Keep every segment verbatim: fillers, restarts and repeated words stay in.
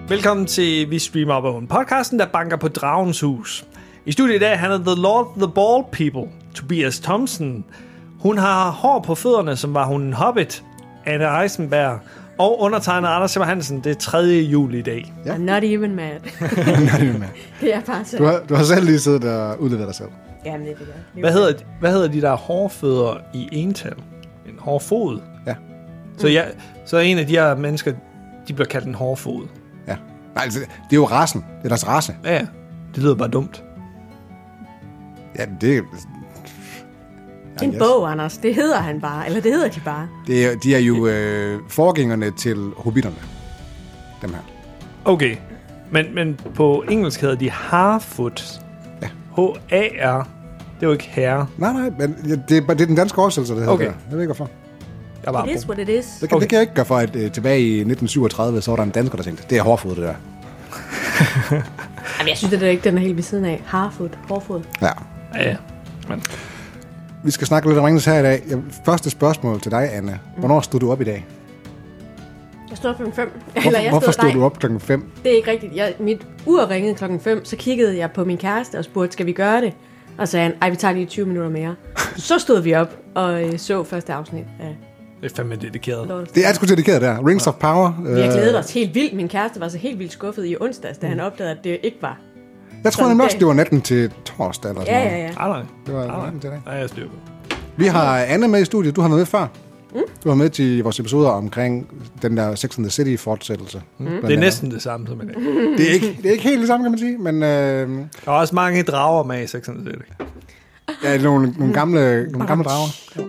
Velkommen til Vi Streamer Op Oven, podcasten, der banker på Dragens Hus. I studiet i dag, han er The Lord of the Ball People, Tobias Thompson. Hun har hår på fødderne, som var hun en hobbit, Anne Eisenberg. Og undertegnet Anders Simmer Hansen, det er tredje juli i dag. Ja. I'm not even mad. not even mad. Det er bare så. Du har, du har selv lige siddet og udleveret dig selv. Jamen, det er det der. Hvad hedder, hvad hedder de der hårfødder i ental? En hårfod? Ja. Så, jeg, så en af de her mennesker, de bliver kaldt en hårfod. Ja. Nej, altså, det er jo rasen. Det er deres race. Ja, ja. Det lyder bare dumt. Ja, det... Det er en bog, Anders. Det hedder han bare. Eller det hedder de bare. Det er, de er jo øh, forgængerne til hobbiterne. Dem her. Okay. Men, men på engelsk hedder de Harfoot. Ja. H A R. Det er jo ikke herre. Nej, nej, men det er, det er den danske oversættelse, det hedder. Okay. Der. Jeg ved ikke, hvorfor. Jeg var It is what it is. Det kan, Okay. det kan jeg ikke gøre for, at uh, tilbage i nitten syvogtredive, så var der en dansker, der tænkte, det er hårfod, det der. Jamen, jeg synes, det er ikke den er helt ved siden af. Harfoot. Hårfod. Ja. Ja, ja. Men Vi skal snakke lidt om Ringenes her i dag. Første spørgsmål til dig, Anne. Hvornår stod du op i dag? Jeg stod op klokken fem. Hvorfor, Eller jeg hvorfor stod, stod du op klokken fem? Det er ikke rigtigt. Jeg, mit ur ringede klokken fem, så kiggede jeg på min kæreste og spurgte, skal vi gøre det? Og sagde han, ej, vi tager lige tyve minutter mere. Så stod vi op og øh, så første afsnit af det er fandme dedikeret. Lord of the Det er sgu dedikeret der. Rings of Power. Vi har glædet os helt vildt. Min kæreste var så helt vildt skuffet i onsdags, da han opdagede, at det ikke var. Jeg tror nemlig også, det var natten til torsdag eller sådan Ja, noget. ja, ja. Nej, nej. Det var Nej, natten til dag. nej, jeg styrer på. Vi har Anne med i studiet. Du har været med før. Mm. Du har med til vores episoder omkring den der Sex and the City-fortsættelse. Mm. Det er næsten det samme som i dag. Det er ikke, det er ikke helt det samme, kan man sige, men øh, Der er også mange drager med i Sex and the City. ja, nogle, nogle gamle, nogle gamle drager.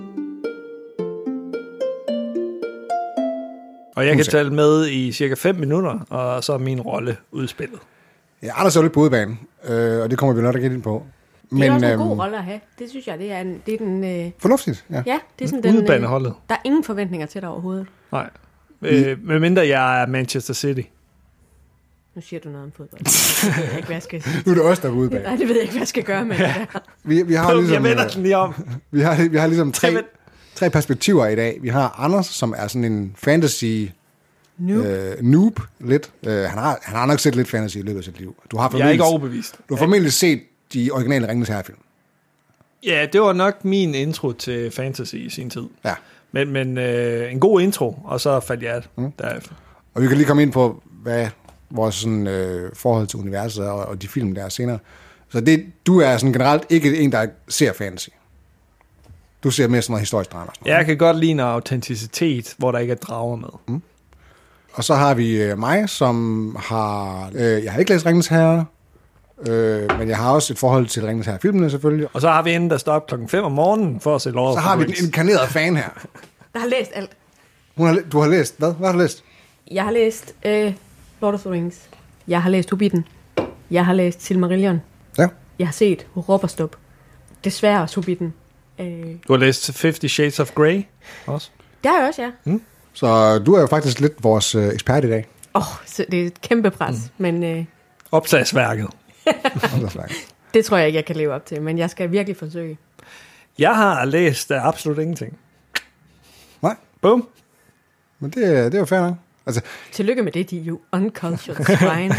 Og jeg kan tale med i cirka fem minutter, og så er min rolle udspillet. Ja, Anders er jo lidt på udebane, øh, og det kommer vi nok ikke ind på. Det er Men, også en øhm, god rolle at have. Det synes jeg, det er, en, det er den... Øh, Fornuftigt, ja. ja, det er sådan den... Udebaneholdet. Der er ingen forventninger til dig overhovedet. Nej. Øh, medmindre jeg er Manchester City. Nu siger du noget om fodbold. Det ved jeg ikke, hvad jeg skal... Nu er det også der på udebane. Nej, det ved jeg ikke, hvad jeg skal gøre med det der. Vi, vi, har ligesom, Jeg vender øh, den lige om. vi, har, vi har ligesom tre, Jamen. tre perspektiver i dag. Vi har Anders, som er sådan en fantasy... Nu. Øh, noob lidt. Øh, han, har, han har nok set lidt fantasy i løbet af sit liv. Du har Jeg er ikke formentlig, overbevist. du har formentlig set de originale Ringenes Herre-film. Ja, det var nok min intro til fantasy i sin tid. Ja. Men, men øh, en god intro, og så faldt jeg mm. derefter. Og vi kan lige komme ind på, hvad vores sådan, øh, forhold til universet og, og de film, der er senere. Så det, du er sådan generelt ikke en, der ser fantasy. Du ser mere sådan noget historisk drama. Sådan noget. Jeg kan godt lide en autenticitet, hvor der ikke er drager med. Mm. Og så har vi øh, mig, som har... Øh, jeg har ikke læst Ringenes Herre, øh, men jeg har også et forhold til Ringenes Herre-filmene selvfølgelig. Og så har vi en, der står op klokken fem om morgenen for at se Lord of Så the har vi Rings. den inkarnerede fan her. Der har læst alt. Hun har, læ- du har læst... Hvad? Hvad har du læst? Jeg har læst øh, Lord of the Rings. Jeg har læst Hobbiten. Jeg har læst Silmarillion. Ja. Jeg har set Råberstup. Desværre også Hobbiten. Øh, Du har læst Fifty Shades of Grey også. der er jeg også, ja. Mm. Så du er jo faktisk lidt vores øh, ekspert i dag. Åh, oh, så det er et kæmpe pres. Mm. Men øh, Opslagsværket. det tror jeg ikke, jeg kan leve op til. Men jeg skal virkelig forsøge. Jeg har læst uh, absolut ingenting. Nej, Bum. men det, det er jo fair nok. Altså, Tillykke med det, de you uncultured swine.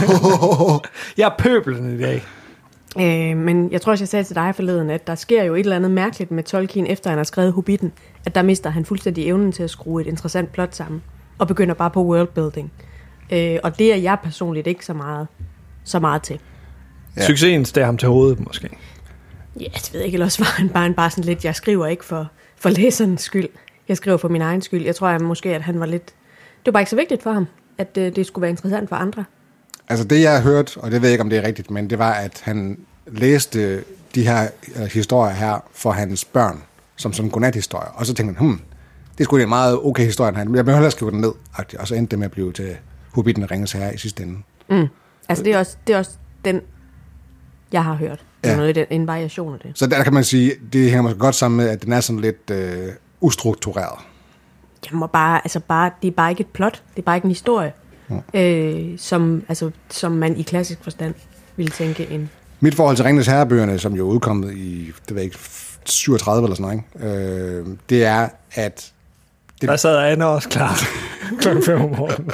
Jeg er pøbelen i dag. øh, men jeg tror også, jeg sagde til dig forleden, at der sker jo et eller andet mærkeligt med Tolkien, efter han har skrevet Hobbiten. At der mister han fuldstændig evnen til at skrue et interessant plot sammen. Og begynder bare på worldbuilding. Øh, og det er jeg personligt ikke så meget, så meget til. Ja. Succesen stær ham til hovedet, måske. Ja, det ved jeg ikke, ellers var han bare, bare sådan lidt, jeg skriver ikke for, for læserens skyld. Jeg skriver for min egen skyld. Jeg tror at måske, at han var lidt... Det var bare ikke så vigtigt for ham, at øh, det skulle være interessant for andre. altså det jeg har hørt, og det ved jeg ikke om det er rigtigt, men det var at han læste de her øh, historier her for hans børn, som sådan godnat-historier. Og så tænkte han, hmm, det skulle en meget okay historie, han. Jeg vil hellere skrive den ned, og så endte det med at blive til Hobbiten Ringenes Herre i sidste ende. Mm. Altså det er, også, det er også den, jeg har hørt. Det er Ja. noget, en variation af det. Så der kan man sige, det hænger måske godt sammen med, at den er sådan lidt øh, ustruktureret. Jeg må bare, altså bare, det er bare ikke et plot. Det er bare ikke en historie, ja. øh, som, altså, som man i klassisk forstand ville tænke en. Mit forhold til Ringenes Herre-bøgerne, som jo er udkommet i, det ved jeg ikke, syvogtredive eller sådan noget, øh, det er, at... Det, Der sad Anna også klar klokken fem om morgenen.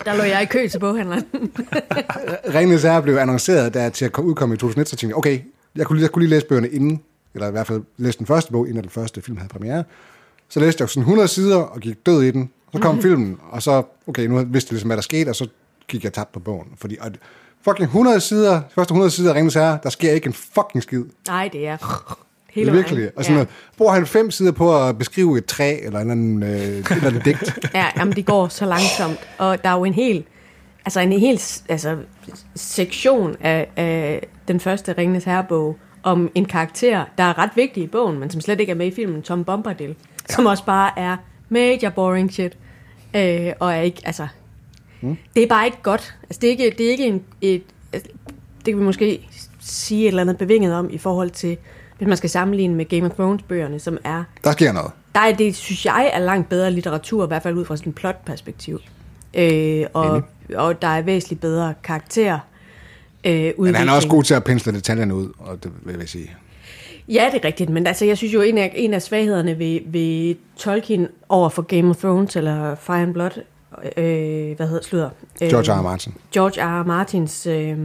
Der lå jeg i kø til boghandleren. Ringenes Herre blev annonceret, da til at udkomme i to tusind og et, så tænkte jeg, okay, jeg kunne, jeg kunne lige læse bøgerne inden, eller i hvert fald læse den første bog, inden den første film havde premiere. Så læste jeg sådan hundrede sider og gik død i den. Så kom mm-hmm. filmen, og så, okay, nu vidste jeg ligesom, hvad der skete, og så gik jeg tabt på bogen. Fordi, og fucking hundrede sider, de første hundrede sider af Ringenes Herre, der sker ikke en fucking skid. Nej, det er hele det er virkelig. Og sådan ja. noget, bruger han fem sider på at beskrive et træ, eller en anden, øh, et eller andet digt. Ja, jamen, det går så langsomt, og der er jo en hel, altså en hel altså, sektion af, af den første Ringenes Herre-bog, om en karakter, der er ret vigtig i bogen, men som slet ikke er med i filmen, Tom Bombadil, ja. som også bare er major boring shit, øh, og er ikke, altså, mm. det er bare ikke godt. Altså, det er ikke, det er ikke en, et, altså, det kan vi måske sige et eller andet bevinget om, i forhold til, hvis man skal sammenligne med Game of Thrones-bøgerne, som er... Der sker noget. Der er, det synes jeg er langt bedre litteratur, i hvert fald ud fra sådan et plot-perspektiv. Øh, og, og der er væsentligt bedre karakterer. Øh, men han er også god til at pensle detaljerne ud, og det vil jeg sige. Ja, det er rigtigt, men altså, jeg synes jo, en af, en af svaghederne ved, ved Tolkien over for Game of Thrones, eller Fire and Blood, øh, hvad hedder slutter? Øh, George R. R. Martin. George R. R. Martins øh,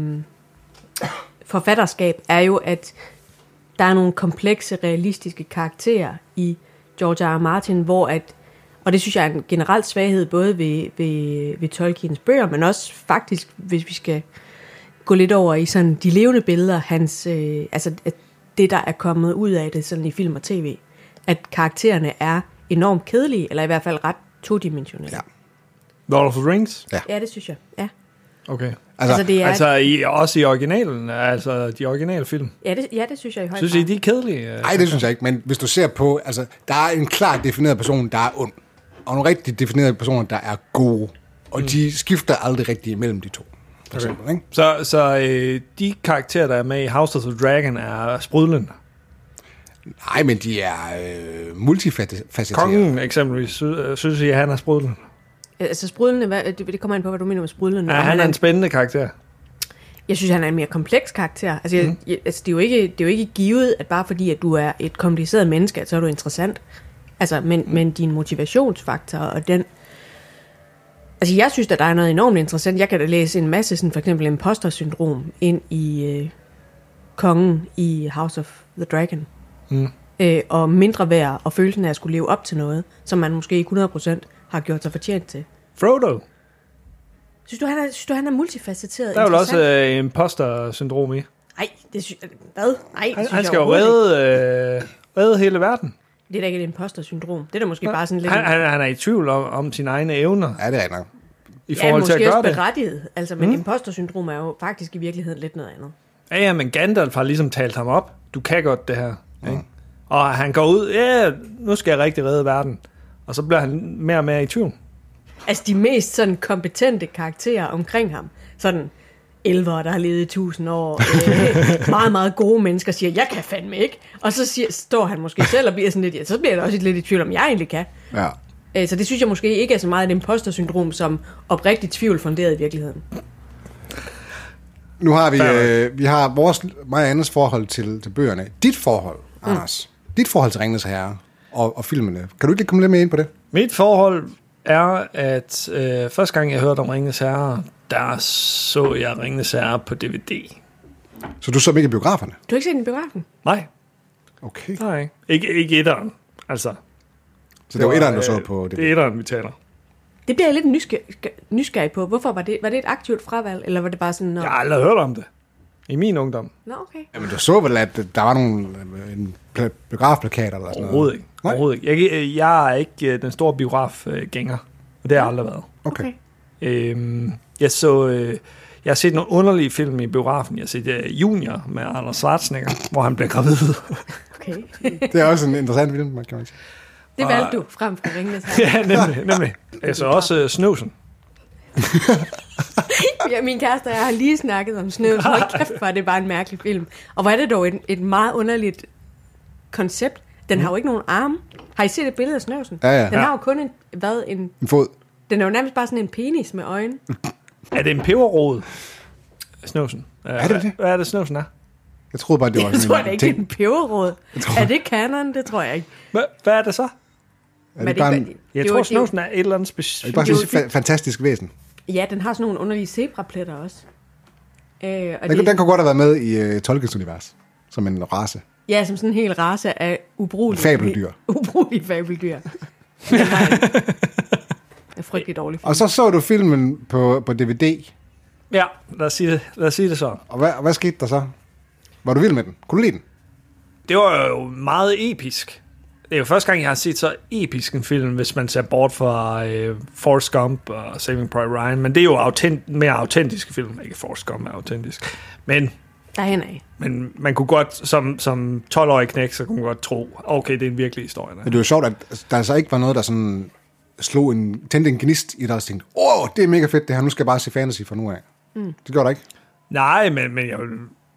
forfatterskab er jo, at der er nogle komplekse, realistiske karakterer i George R. R. Martin, hvor at, og det synes jeg er en generel svaghed, både ved, ved, ved Tolkiens bøger, men også faktisk, hvis vi skal gå lidt over i sådan de levende billeder, hans, øh, altså det, der er kommet ud af det sådan i film og tv, at karaktererne er enormt kedelige, eller i hvert fald ret todimensionelle. Ja. Lord of the Rings? Ja, ja det synes jeg, ja. Okay. Altså, altså, det er, altså i, også i originalen, altså de originale film? Ja, det, ja, det synes jeg i høj grad. Synes I, de er kedelige? Nej, det synes jeg ikke, men hvis du ser på, altså, der er en klart defineret person, der er ond, og nogle rigtig definerede personer, der er gode, og mm. de skifter aldrig rigtig imellem de to. For okay. eksempel, ikke? Så, så øh, de karakterer, der er med i House of the Dragon, er sprudlende? Nej, men de er øh, multifacetterede. Kongen eksempelvis, sy- synes I, at han er sprudlende? Altså sprudlende, hvad, det, det kommer ind på, hvad du mener med sprudlende. Ja, han er en spændende karakter. Jeg synes, han er en mere kompleks karakter. Altså, jeg, mm. jeg, altså det, er jo ikke, det er jo ikke givet, at bare fordi, at du er et kompliceret menneske, at så er du interessant. Altså, men, mm. men din motivationsfaktor og den... Altså, jeg synes, at der er noget enormt interessant. Jeg kan da læse en masse, sådan for eksempel imposter-syndrom, ind i øh, kongen i House of the Dragon. Mm. Øh, og mindre værd og følelsen af at skulle leve op til noget, som man måske ikke hundrede procent har gjort sig fortjent til. Frodo? Synes du, han er, synes du, han er multifacetteret? Der er jo også øh, imposter-syndrom i. Nej, det synes hvad? Nej, han, han skal jo redde, øh, redde hele verden. Det er da ikke et imposter-syndrom. Det er da måske ja. bare sådan lidt... Han, han, han er i tvivl om, om sine egne evner. Ja, det er nok. I forhold ja, til at gøre det. Berettiget. Altså, men mm. imposter-syndrom er jo faktisk i virkeligheden lidt noget andet. Ja, ja, men Gandalf har ligesom talt ham op. Du kan godt det her. Mm. Ikke? Og han går ud, ja, nu skal jeg rigtig redde verden. Og så bliver han mere og mere i tvivl. Altså de mest sådan kompetente karakterer omkring ham. Sådan elver, der har levet i tusind år. Øh, meget, meget gode mennesker siger, jeg kan fandme ikke. Og så siger, står han måske selv og bliver sådan lidt, ja, så bliver jeg også lidt i tvivl, om jeg egentlig kan. Ja. Øh, så det synes jeg måske ikke er så meget et imposter-syndrom, som oprigtigt tvivl funderet i virkeligheden. Nu har vi, øh, vi har vores, mig og Anders forhold til, til bøgerne. Dit forhold, mm. Anders. Dit forhold til Ringenes Herre og, og filmene. Kan du ikke lige komme lidt mere ind på det? Mit forhold er, at øh, første gang jeg hørte om Ringenes Herre, der så jeg Ringenes Herre på D V D. Så du så ikke i biograferne? Du har ikke set den i biografen? Nej. Okay. Nej, ikke, ikke etteren. Altså. Så det var etteren, du så på D V D? Det er etteren, vi taler. Det bliver jeg lidt nysgerrig, nysgerrig på. Hvorfor var det? Var det et aktivt fravalg, eller var det bare sådan... Når... Jeg har aldrig hørt om det. I min ungdom. Nå, okay. Jamen, du så vel, at der var nogle en biografplakater eller sådan noget? Overhovedet ikke. Overhovedet ikke. Jeg, jeg er ikke den store biografgænger, og det har jeg aldrig været. Okay. Øhm, jeg så... Øh, jeg har set nogle underlige film i biografen. Jeg har set uh, Junior med Arnold Schwarzenegger, hvor han bliver gravid. Okay. Det er også en interessant film, man kan man sige. Det valgte du frem for Ringenes Herre. Ja, nemlig. nemlig. Jeg så også uh, Snøvsen. Ja, min kæreste og jeg har lige snakket om Snøvsen. Hold kæft, hvor er det bare en mærkelig film. Og hvor er det dog et, et meget underligt koncept. Den har jo ikke nogen arme. Har I set et billede af Snøvsen? Ja, ja. Den har jo kun en, hvad, en... En fod. Den er jo nærmest bare sådan en penis med øjne. Er det en peberrod? Snøvsen. Er det det? Hvad er det, Snøvsen er? Jeg troede bare, det var jeg sådan tror, en det ikke ting. er en peberrod. Er det kanon? Det tror jeg ikke. Hvad, hvad er det så? Er det bare en, jeg tror, Snøvsen er et eller andet specifikt. er det bare sådan et fa- fantastisk væsen? Ja, den har sådan nogle underlige zebrapletter også. Øh, og Den, det, den kunne godt have været med i uh, Tolkiens univers, som en race. ja, som sådan en hel race af ubrugelige... Fabeldyr. Ubrugelige fabeldyr. Den har en, en frygtelig dårlig film. Og så så du filmen på, på D V D. Ja, lad os sige det, lad os sige det så. Og hvad, hvad skete der så? Var du vild med den? Kunne du lide den? Det var jo meget episk. Det er jo første gang, jeg har set så episk en film, hvis man ser bort fra øh, Forrest Gump og Saving Private Ryan. Men det er jo autent- mere autentiske film. Ikke Forrest Gump er autentisk. Men, Derhen af. men man kunne godt, som, som tolv-årig knæk, så kunne man godt tro, okay, det er en virkelig historie. Der. Men det er jo sjovt, at der så ikke var noget, der sådan slog en, tændte en gnist i dig og tænkte, åh, det er mega fedt det her, nu skal jeg bare se fantasy fra nu af. Mm. Det gjorde der ikke. Nej, men, men jeg vil...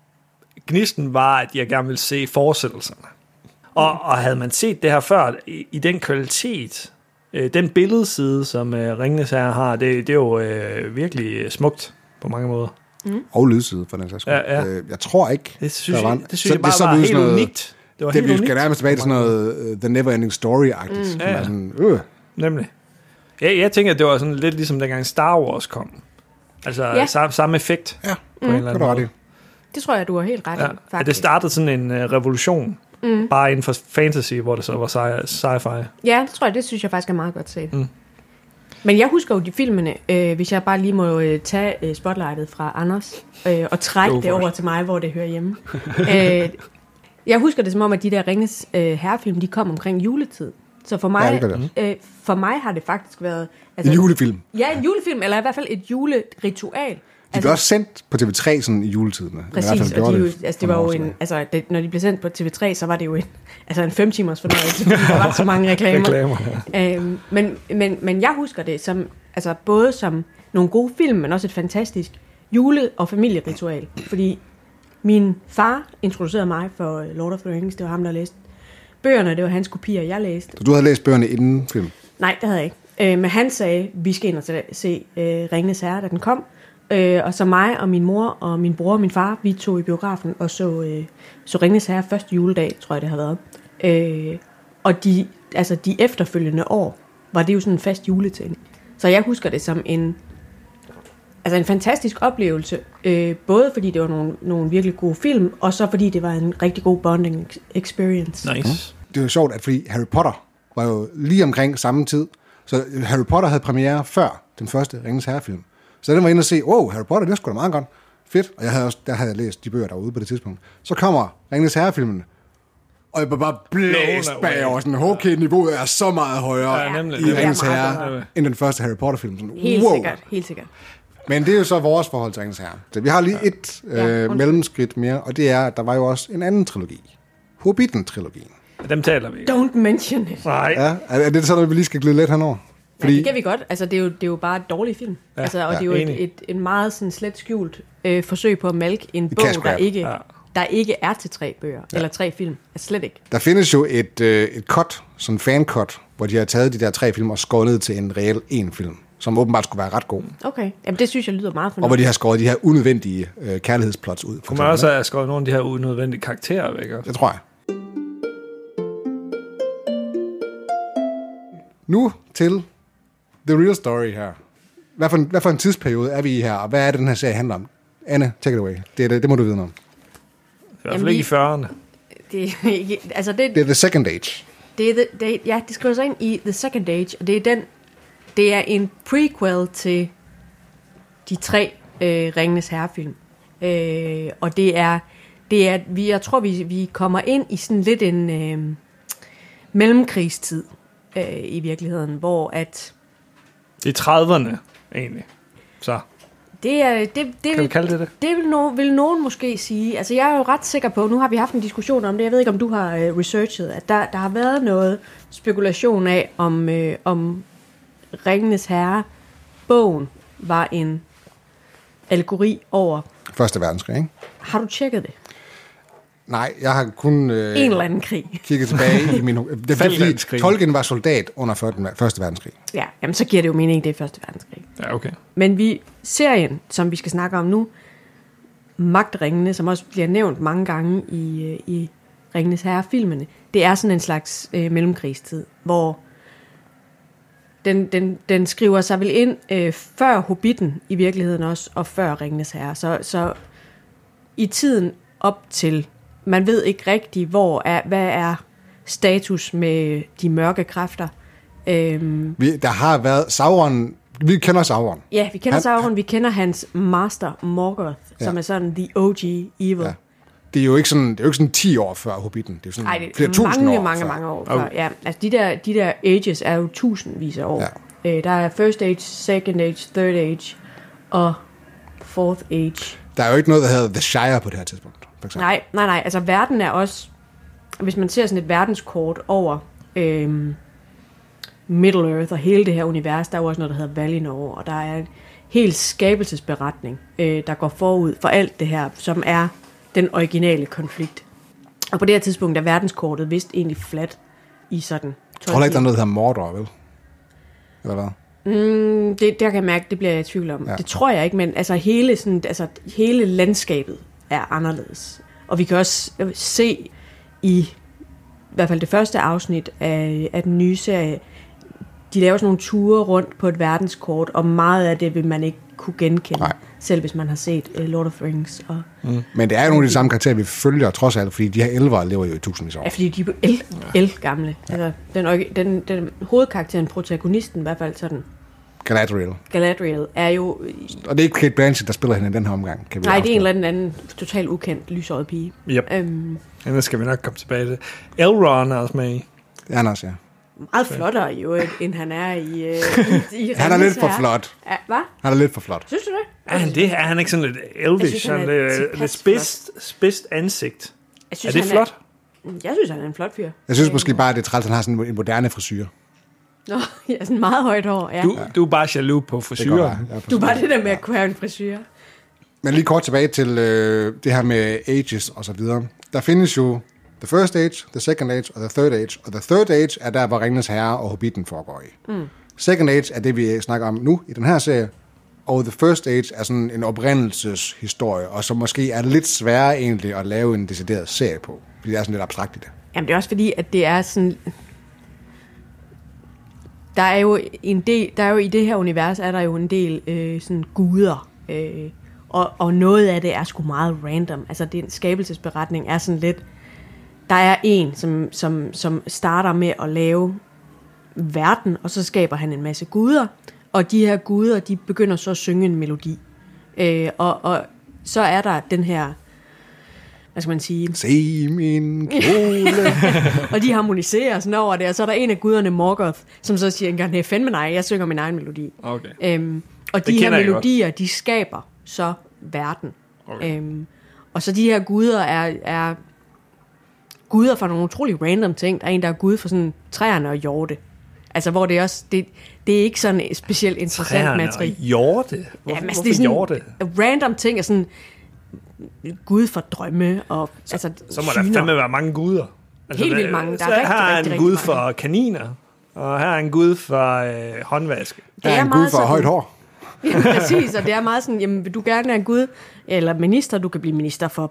gnisten var, at jeg gerne ville se fortsættelserne. Og, og havde man set det her før, i, i den kvalitet, øh, den billedside, som øh, Ringenes Herre har, det, det er jo øh, virkelig smukt på mange måder. Mm. Og lydside, for den sags skyld. Ja, ja. Øh, jeg tror ikke, Det synes, der var... jeg, det synes så, jeg bare det, så var helt noget, unikt. Det var det helt vi unikt. skal nærmest tilbage til sådan noget uh, The Neverending Story-agtigt. Mm. Ja, ja. Sådan, øh. Nemlig. Ja, jeg tænker, at det var sådan lidt ligesom dengang Star Wars kom. Altså Ja. samme, samme effekt. Ja, på mm. en eller det anden er ret i. måde. Det tror jeg, du har helt ret Ja. i, At faktisk. det startede sådan en uh, revolution. Mm. Bare inden for fantasy, hvor det så var sci- sci-fi. Ja, det tror jeg, det synes jeg faktisk er meget godt set. Mm. Men jeg husker jo de filmene, øh, hvis jeg bare lige må øh, tage øh, spotlightet fra Anders øh, og trække det over til mig, hvor det hører hjemme. øh, jeg husker det som om, at de der Ringenes øh, herrefilm, de kom omkring juletid. Så for mig, Ja, det øh, for mig har det faktisk været... En julefilm. Ja, en julefilm, eller i hvert fald et juleritual. De blev også sendt på T V tre sådan i juletiden. Præcis, og de, det, altså det var jo en, altså det, når de blev sendt på T V tre, så var det jo en, altså en fem timers fornøjelse, fordi der var så mange reklamer. Reklamer, ja. øhm, men, men, men jeg husker det som, altså både som nogle gode film, men også et fantastisk jule- og familieritual, fordi min far introducerede mig for Lord of the Rings, det var ham, der læste bøgerne, det var hans kopier, jeg læste. Så du havde læst bøgerne inden film? Nej, det havde jeg ikke. Øh, men han sagde, vi skal ind og se, se øh, Ringenes Herre, da den kom. Øh, og så mig og min mor og min bror og min far, vi tog i biografen og så, øh, så Ringenes Herre første juledag, tror jeg det har været. Øh, og de, altså de efterfølgende år, var det jo sådan en fast juleting. Så jeg husker det som en, altså en fantastisk oplevelse, øh, både fordi det var nogle, nogle virkelig gode film, og så fordi det var en rigtig god bonding experience. Nice. Det var sjovt, at fordi Harry Potter var jo lige omkring samme tid, så Harry Potter havde premiere før den første Ringenes Herre-film. Så den var inde og se, wow, Harry Potter, det er sgu da meget godt. Fedt. Og jeg havde også, der havde jeg læst de bøger derude på det tidspunkt. Så kommer Ringenes Herre-filmen, og jeg var bare blæst bagover. Sådan, okay, niveauet er så meget højere Ja, nemlig. i Det er Ringenes meget Herre, højere. end den første Harry Potter-film. Sådan, Helt wow. sikkert, helt sikkert. Men det er jo så vores forhold til Ringenes Herre. Så vi har lige et Ja, øh, undskyld. mellemskridt mere, og det er, at der var jo også en anden trilogi. Hobbiten-trilogien. Dem taler vi ikke. Don't mention it. Nej. Ja, er er det sådan, at vi lige skal glide lidt henover? Fordi... Ja, det kan vi godt. Altså, det er jo, det er jo bare et dårligt film. Ja, altså, og ja, det er jo et, enig. et, en meget sådan slet skjult øh, forsøg på at malke en bog, cash der grab. ikke, Ja. der ikke er til tre bøger, ja. eller tre film. Altså slet ikke. Der findes jo et, øh, et cut, sådan en fan-cut, hvor de har taget de der tre film og skåret ned til en reel en film, som åbenbart skulle være ret god. Okay, jamen det synes jeg lyder meget Og hvor fornuftigt. de har skåret de her unødvendige øh, kærlighedsplots ud. for Kunne man eksempel, også have skrevet nogle af de her unødvendige karakterer væk også? Det tror jeg. Nu til the real story her. Hvad for, en, hvad for en tidsperiode er vi i her, og hvad er det, den her serie handler om? Anne, take it away. Det, det, det må du vide noget om. I hvert fald Jamen, ikke i vi- fyrrerne. Det, er ikke- altså det, Det er the second age. det, er the, det, ja, det skriver sig ind i The Second Age, og det er den, det er en prequel til de tre øh, Ringenes Herre-film. Øh, og det er, det er vi, jeg tror, vi, vi kommer ind i sådan lidt en øh, mellemkrigstid øh, i virkeligheden, hvor at Det er trediverne, egentlig. Så, det er, det, det, kan vi kalde det det? Det vil, no, vil nogen måske sige. Altså jeg er jo ret sikker på, nu har vi haft en diskussion om det, jeg ved ikke om du har øh, researchet, at der, der har været noget spekulation af, om, øh, om Ringenes Herre bogen var en allegori over. Første verdenskrig, ikke? Har du tjekket det? Nej, jeg har kun øh, En eller anden krig. kigget tilbage i min... Det er fordi, Falklandskrig. Tolkien var soldat under første verdenskrig. Ja, jamen så giver det jo mening, det er første verdenskrig. Ja, okay. Men vi, serien, som vi skal snakke om nu, Magtringene, som også bliver nævnt mange gange i, øh, i Ringenes Herre-filmene, det er sådan en slags øh, mellemkrigstid, hvor den, den, den skriver sig vel ind øh, før Hobbiten i virkeligheden også, og før Ringenes Herre. Så, så i tiden op til, man ved ikke rigtigt, hvor er, hvad er status med de mørke kræfter. Øhm, Vi, der har været Sauron. Vi kender Sauron. ja, vi kender Han- Sauron, vi kender hans master Morgoth, Ja. som er sådan the O G evil. Ja. Det er jo ikke sådan, det er jo ikke sådan ti år før Hobbiten. Det er jo sådan Nej, det flere er tusind mange, år mange, før. mange år før. Ja, altså de der, de der ages er jo tusindvis af år. Ja. Øh, der er first age, second age, third age og fourth age. Der er jo ikke noget, der hedder The Shire på det her tidspunkt, for eksempel. Nej, nej, nej. Altså verden er også, hvis man ser sådan et verdenskort over øhm, Middle Earth og hele det her univers, der er jo også noget, der hedder Valinor, og der er en helt skabelsesberetning, øh, der går forud for alt det her, som er den originale konflikt. Og på det her tidspunkt er verdenskortet vist egentlig fladt i sådan. Jeg tror heller ikke, der er noget, der hedder Mordor, vel? Eller hvad? Mm, det, der kan jeg mærke, det bliver jeg i tvivl om. Ja. Ja. Det tror jeg ikke, men altså hele, sådan, altså hele landskabet er anderledes. Og vi kan også se i, i hvert fald det første afsnit af, af den nye serie, de laver sådan nogle ture rundt på et verdenskort, og meget af det vil man ikke kunne genkende, Nej. selv hvis man har set uh, Lord of the Rings. Og, Mm. Men det er jo nogle af de samme karakterer, vi følger trods alt, fordi de her elvere lever jo i tusindvis af år. ja, fordi de er jo el, el gamle. Ja. Altså, den, orgi- den, den hovedkarakteren, protagonisten i hvert fald sådan, Galadriel. Galadriel, er jo... Og det er ikke Kate Blanchett, der spiller hende i den her omgang. Kan vi Nej, det er en afsløre. eller anden, anden totalt ukendt lyshåret pige. Yep. Øhm, Ja, det skal vi nok komme tilbage til. Elrond er også med i. Det er han også, ja. meget flottere jo, end han er i... Øh, i, i Han er lidt for Ringenes flot. Herre. Ja, hvad? Han er lidt for flot. Synes du det? Er han det? Er han ikke sådan lidt Jeg elvish? synes, han Sådan er lidt, tilpas lidt spidst, spidst ansigt. Jeg Er synes, det han flot? Er, jeg synes, han er en flot fyr. Jeg synes måske bare, at det er træls, at han har sådan en moderne frisyr. Nå, ja, sådan meget højt hår, ja. Du, du er bare jaloux på Det går frisyren. bare. Ja, Du er bare det der med at kunne have en frisyr. Men lige kort tilbage til øh, det her med ages og så videre. Der findes jo the first age, the second age og the third age. Og the third age er der, hvor Ringenes Herre og Hobbiten foregår i. Mm. Second age er det, vi snakker om nu i den her serie. Og the first age er sådan en oprindelseshistorie, og som måske er lidt sværere egentlig at lave en decideret serie på. Fordi det er sådan lidt abstrakt i det. Jamen, det er også fordi, at det er sådan... Der er jo en del... Der er jo i det her univers, er der jo en del øh, sådan guder. Øh, og, og noget af det er sgu meget random. Altså, den skabelsesberetning er sådan lidt... Der er en, som, som, som starter med at lave verden, og så skaber han en masse guder. Og de her guder, de begynder så at synge en melodi. Øh, og, og så er der den her... Hvad skal man sige? Se min kjole. Og de harmoniserer sådan over det, og så er der en af guderne, Morgoth, som så siger engang, nej, fandme nej, jeg synger min egen melodi. Okay. Øhm, og de Det her kender jeg melodier, de skaber så verden. Okay. Øhm, og så de her guder er, er guder for nogle utrolig random ting. Der er en, der er gud for sådan træerne og hjorte. Altså, hvor det også, det, det er ikke sådan et specielt interessant Træerne og materiale. hjorte? Hvorfor, Jamen, altså, hvorfor det er sådan hjorte? random ting, er sådan gud for drømme, og så, altså Så må der syner. fandme være mange guder. Altså, Helt vildt hvad- mange. Der er så rigtig, her er rigtig, en rigtig gud mange. for kaniner, og her er en gud for øh, håndvaske. Der Det er er en gud meget for sådan- højt hår. Ja, præcis, og det er meget sådan, jamen, vil du gerne være en gud, eller minister, du kan blive minister for,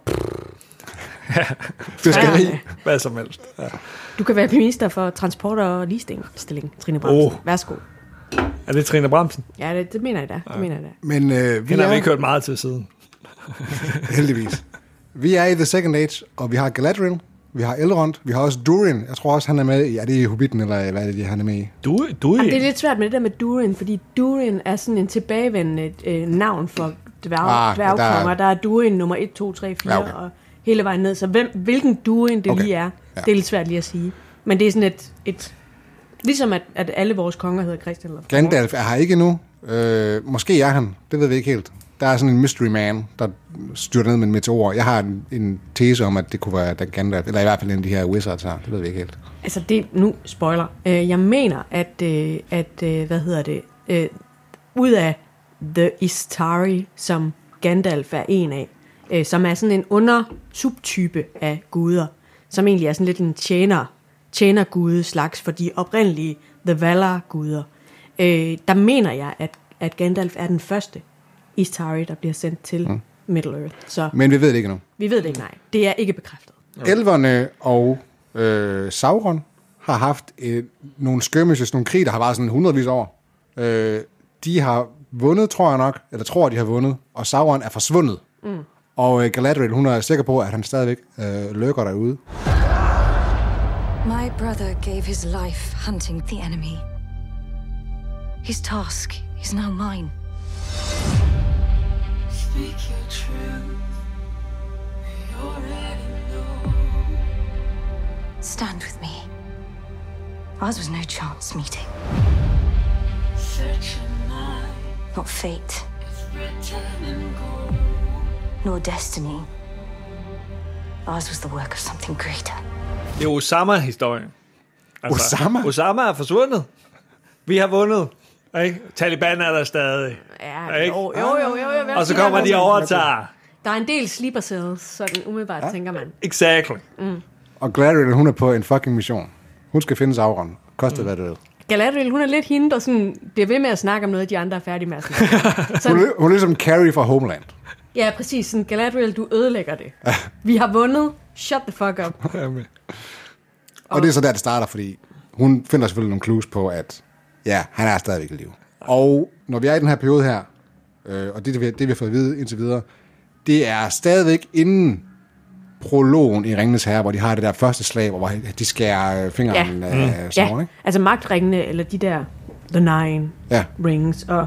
Fiskeri. Ja. Hvad som helst. Ja. du kan være minister for transport og ligestilling, Trine Bramsen. Oh. Værsgo. Er det Trine Bramsen? Ja, det, det mener jeg da, det mener jeg da. Men øh, vi Hende har vi er ikke hørt meget til siden. heldigvis. Vi er i The Second Age, og vi har Galadriel, vi har Elrond, vi har også Durin. Jeg tror også, han er med i, er det i Hobbiten, eller hvad er det, han er med i? Du, du Jamen, det er lidt svært med det der med Durin, fordi Durin er sådan en tilbagevendende øh, navn for dværg, Ah, dværgkonger. der- Der er Durin nummer et, to, tre, fire, Ja, okay. og hele vejen ned. Så hvem, hvilken Durin det Okay. lige er, Ja. det er lidt svært lige at sige. Men det er sådan et... et ligesom at, at alle vores konger hedder Christian eller Gandalf er her ikke endnu. Øh, måske er han, det ved vi ikke helt. Der er sådan en mystery man, der styrter ned med en meteor. Jeg har en, en tese om, at det kunne være den Gandalf, eller i hvert fald en af de her wizards her. Det ved vi ikke helt. Altså det, nu spoiler. Øh, jeg mener, at, øh, at øh, hvad hedder det, øh, ud af The Istari, som Gandalf er en af, øh, som er sådan en under-subtype af guder, som egentlig er sådan lidt en tjener, tjenergude slags for de oprindelige The Valar-guder. Øh, der mener jeg, at, at Gandalf er den første Istari, der bliver sendt til mm. Middle-earth. Så Men vi ved det ikke endnu. vi ved det ikke, nej. Det er ikke bekræftet. Okay. Elverne og øh, Sauron har haft øh, nogle skirmishes, nogle krig, der har været sådan hundredvis år. Øh, de har vundet, tror jeg nok, eller tror, de har vundet, og Sauron er forsvundet. Mm. Og øh, Galadriel, hun er sikker på, at han stadigvæk øh, lurker derude. My brother gave his life hunting the enemy. His task is now mine. Speak your truth. We already know. Stand with me. Ours was no chance meeting. Search your mind. Not fate. It's written in gold. Nor destiny. Ours was the work of something greater. Det er Osama-historien. Altså, Osama? Osama er forsvundet. Vi har vundet. Ikke? Taliban er der stadig. Ja, ikke? jo, jo, jo, jo, jo. Og så kommer de og overtager. Der er en del sleeper cells, sådan umiddelbart, ja. tænker man. Exactly. Mm. Og Galadriel, hun er på en fucking mission. Hun skal finde Sauron. Koste mm. hvad det er. Galadriel, hun er lidt hende, der sådan bliver ved med at snakke om noget, de andre er færdige med at snakke. hun, er, hun er ligesom Carrie fra Homeland. Ja, præcis. Sådan, Galadriel, du ødelægger det. Vi har vundet. Shut the fuck up. og, og det er så der, det starter, fordi hun finder selvfølgelig nogle clues på, at ja, han er stadigvæk i live. Og når vi er i den her periode her, øh, og det, det vi har fået at vide indtil videre, det er stadigvæk inden prologen i Ringenes Herre, hvor de har det der første slag, hvor de skærer fingeren ja. af mm. Sauron, ja. ikke? Altså magtringene, eller de der The Nine ja. Rings, og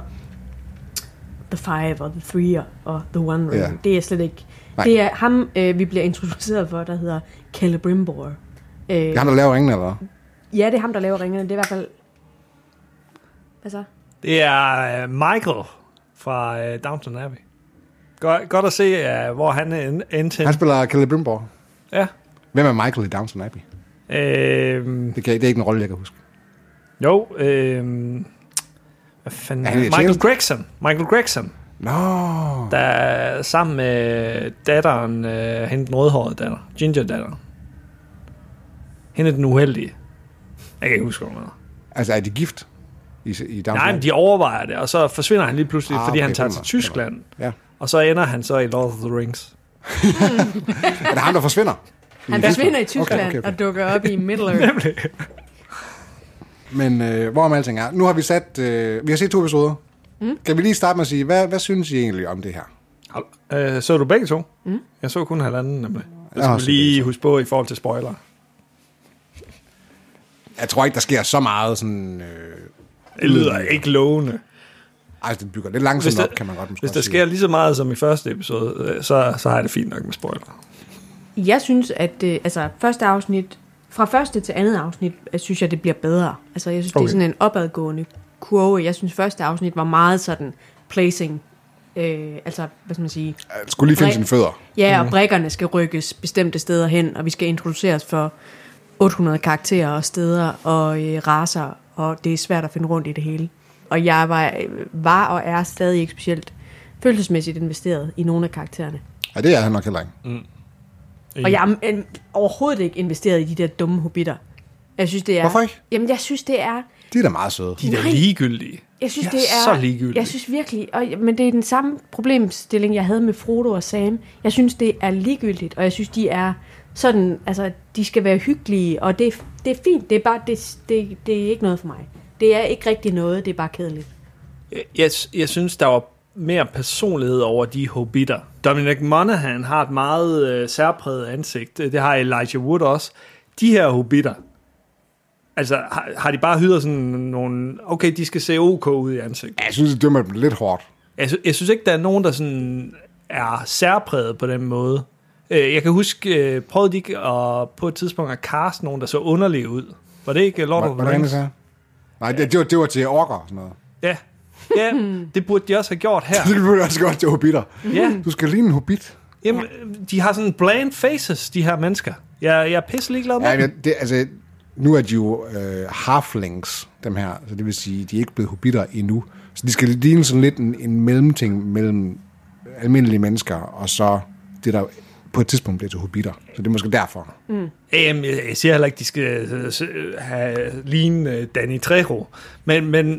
The Five, og The Three, og The One Ring. Ja. Det er slet ikke... Nej. Det er ham, øh, vi bliver introduceret for, der hedder Celebrimbor. Øh, det er ham, der laver ringene, eller? Ja, det er ham, der laver ringene. Det er i hvert fald... Hvad så? Det er uh, Michael fra uh, Downton Abbey. Godt, godt at se, uh, hvor han er endte. Han spiller Celebrimbor. Ja. Hvem er Michael i Downton Abbey? Øhm, det, kan, det er ikke en rolle, jeg kan huske. Jo, øhm, hvad fanden? Ja, Michael Gregson. Michael Gregson. Nå. Der er sammen med datteren, øh, hende den rødhårede datter, Ginger-datteren. Hende den uheldige. Jeg kan ikke huske, hvad hun er. Altså, er de gift i, i Downton? Nej, men de overvejer det, og så forsvinder han lige pludselig, ah, fordi okay, han tager til Tyskland. Ja. Og så ender han så i Lord of the Rings. er det ham, der forsvinder? Han forsvinder i Tyskland okay, okay, okay. og dukker op i Middle-earth. Men øh, hvorom alting er, nu har vi sat, øh, vi har set to episoder. Mm. Kan vi lige starte med at sige, hvad, hvad synes I egentlig om det her? Øh, så du begge to? Mm. Jeg så kun halvanden, nemlig. Det skal vi lige huske på i forhold til spoiler. Jeg tror ikke, der sker så meget sådan... Øh, det lyder ikke lovende. Altså, det bygger lidt langsomt op, kan man godt måske Hvis der sige. sker lige så meget som i første episode, så, så har jeg det fint nok med spoiler. Jeg synes, at øh, altså, første afsnit, fra første til andet afsnit, synes jeg, det bliver bedre. Altså, jeg synes, okay. det er sådan en opadgående kurve. Jeg synes, første afsnit var meget sådan placing. Øh, altså, hvad skal man sige? Jeg skulle lige finde sine fødder. Ja, og brikkerne skal rykkes bestemte steder hen, og vi skal introduceres for otte hundrede karakterer og steder og øh, racer, og det er svært at finde rundt i det hele. Og jeg var, var og er stadig ikke specielt følelsesmæssigt investeret i nogle af karaktererne. Ja, det er han nok heller ikke. Mm. Og jeg er overhovedet ikke investeret i de der dumme hobitter. Jeg synes, det er... Hvorfor ikke? Jamen, jeg synes, det er... De er da meget søde. De er da ligegyldige. Jeg synes, de det er... så ligegyldige. Jeg synes virkelig... Og, men det er den samme problemstilling, jeg havde med Frodo og Sam. Jeg synes, det er ligegyldigt, og jeg synes, de er sådan... Altså, de skal være hyggelige, og det, det er fint. Det er bare... Det, det, det er ikke noget for mig. Det er ikke rigtig noget, det er bare kedeligt. Jeg, jeg, jeg synes, der var mere personlighed over de hobitter. Dominic Monaghan har et meget øh, særpræget ansigt. Det har Elijah Wood også. De her hobitter, altså har, har de bare hyret sådan nogle, okay, de skal se ok ud i ansigtet. Jeg synes, det dømmer dem lidt hårdt. Jeg, jeg synes ikke, der er nogen, der sådan er særpræget på den måde. Jeg kan huske, prøvede de ikke at, på et tidspunkt at cast nogen, der så underlige ud. Var det ikke Lord of the Rings? Nej, det, det, var, det var til orker og sådan noget. Ja. Ja, det burde de også have gjort her. Det burde også godt til hobitter. Ja. Du skal ligne en hobbit. Jamen, de har sådan bland faces, de her mennesker. Jeg, jeg er pisse ligeglad med ja, men det, altså, nu er de jo øh, halflings, dem her. Så det vil sige, de er ikke blevet hobitter endnu. Så de skal ligne sådan lidt en, en mellemting mellem almindelige mennesker, og så det, der på et tidspunkt bliver til hobitter. Så det er måske derfor. Mm. Jamen, jeg siger heller ikke, de skal have lignende Danny Trejo. Men, men